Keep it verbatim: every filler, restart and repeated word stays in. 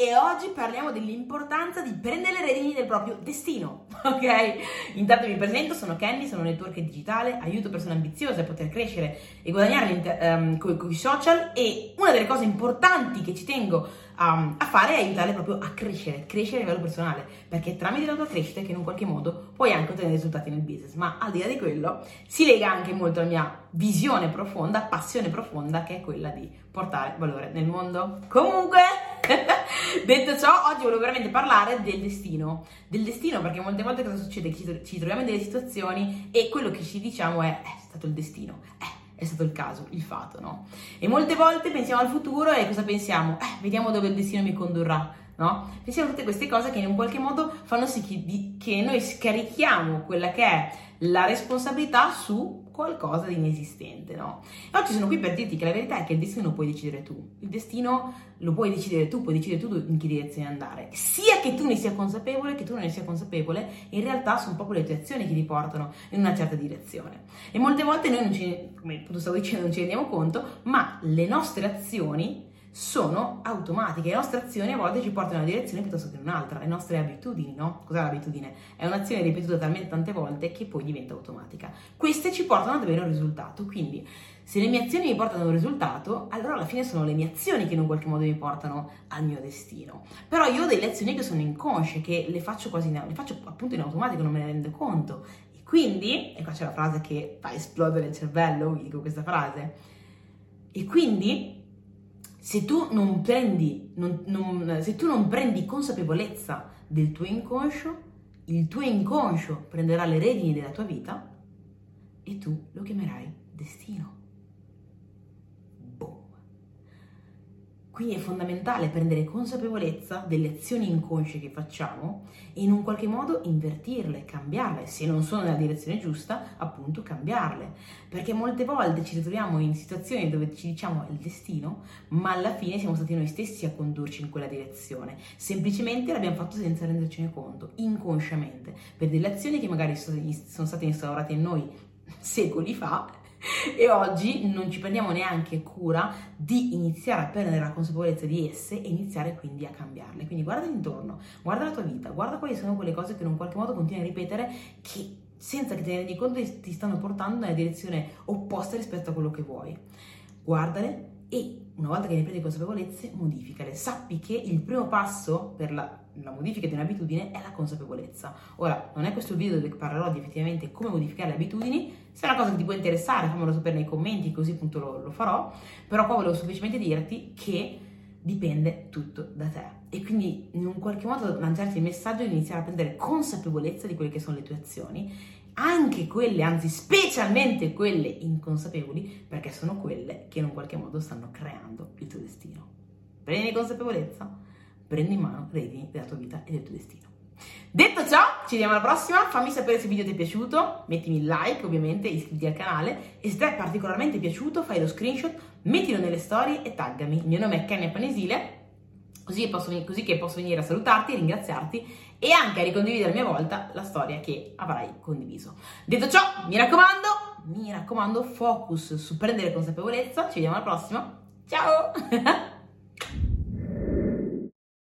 e oggi parliamo dell'importanza di prendere le redini del proprio destino, ok? Intanto mi presento, sono Candy, sono networker digitale, aiuto persone ambiziose a poter crescere e guadagnare um, con i social, e una delle cose importanti che ci tengo um, a fare è aiutarle proprio a crescere, crescere a livello personale, perché è tramite la tua crescita che in un qualche modo puoi anche ottenere risultati nel business. Ma al di là di quello si lega anche molto alla mia visione profonda, passione profonda, che è quella di portare valore nel mondo. Comunque, detto ciò, oggi volevo veramente parlare del destino, del destino perché molte volte cosa succede? Che ci, ci troviamo in delle situazioni e quello che ci diciamo è è stato il destino, eh, è stato il caso, il fato, no? E molte volte pensiamo al futuro e cosa pensiamo? Eh, vediamo dove il destino mi condurrà, no? Pensiamo a tutte queste cose che in un qualche modo fanno sì che, di, che noi scarichiamo quella che è la responsabilità su qualcosa di inesistente, no? E oggi sono qui per dirti che la verità è che il destino lo puoi decidere tu. Il destino lo puoi decidere tu, puoi decidere tu in che direzione andare. Sia che tu ne sia consapevole, che tu non ne sia consapevole, in realtà sono proprio le tue azioni che ti portano in una certa direzione. E molte volte noi non ci, come stavo dicendo, non ci rendiamo conto, ma le nostre azioni sono automatiche. Le nostre azioni a volte ci portano in una direzione piuttosto che in un'altra. Le nostre abitudini, no? Cos'è l'abitudine? È un'azione ripetuta talmente tante volte che poi diventa automatica. Queste ci portano ad avere un risultato. Quindi, se le mie azioni mi portano a un risultato, allora alla fine sono le mie azioni che in un qualche modo mi portano al mio destino. Però io ho delle azioni che sono inconsce, che le faccio quasi in, le faccio appunto in automatico, non me ne rendo conto. E quindi, e qua c'è la frase che fa esplodere il cervello, vi dico questa frase, e quindi se tu non prendi, non, non, se tu non prendi consapevolezza del tuo inconscio, il tuo inconscio prenderà le redini della tua vita e tu lo chiamerai destino. Boom. Quindi è fondamentale prendere consapevolezza delle azioni inconsce che facciamo e in un qualche modo invertirle, cambiarle. Se non sono nella direzione giusta, appunto cambiarle. Perché molte volte ci ritroviamo in situazioni dove ci diciamo è il destino, ma alla fine siamo stati noi stessi a condurci in quella direzione. Semplicemente l'abbiamo fatto senza rendercene conto, inconsciamente, per delle azioni che magari sono state instaurate in noi secoli fa, e oggi non ci prendiamo neanche cura di iniziare a prendere la consapevolezza di esse e iniziare quindi a cambiarle. Quindi guarda intorno, guarda la tua vita, guarda quali sono quelle cose che in un qualche modo continui a ripetere, che senza che te ne rendi conto ti stanno portando nella direzione opposta rispetto a quello che vuoi. Guardale e una volta che ne prendi consapevolezze, modificale. Sappi che il primo passo per la, la modifica di un'abitudine è la consapevolezza. Ora, non è questo il video dove parlerò di effettivamente come modificare le abitudini. Se è una cosa che ti può interessare, fammelo sapere nei commenti, così appunto lo, lo farò. Però qua volevo semplicemente dirti che dipende tutto da te. E quindi in un qualche modo lanciarti il messaggio di iniziare a prendere consapevolezza di quelle che sono le tue azioni, anche quelle, anzi specialmente quelle inconsapevoli, perché sono quelle che in un qualche modo stanno creando il tuo destino. Prendi consapevolezza, prendi in mano le redini della tua vita e del tuo destino. Detto ciò, ci vediamo alla prossima. Fammi sapere se il video ti è piaciuto, mettimi il like ovviamente, iscriviti al canale, e se ti è particolarmente piaciuto fai lo screenshot, mettilo nelle storie e taggami. Il mio nome è Kenya Panesile, così, posso, così che posso venire a salutarti, ringraziarti e anche a ricondividere a mia volta la storia che avrai condiviso. Detto ciò, mi raccomando, mi raccomando, focus su prendere consapevolezza. Ci vediamo alla prossima. Ciao!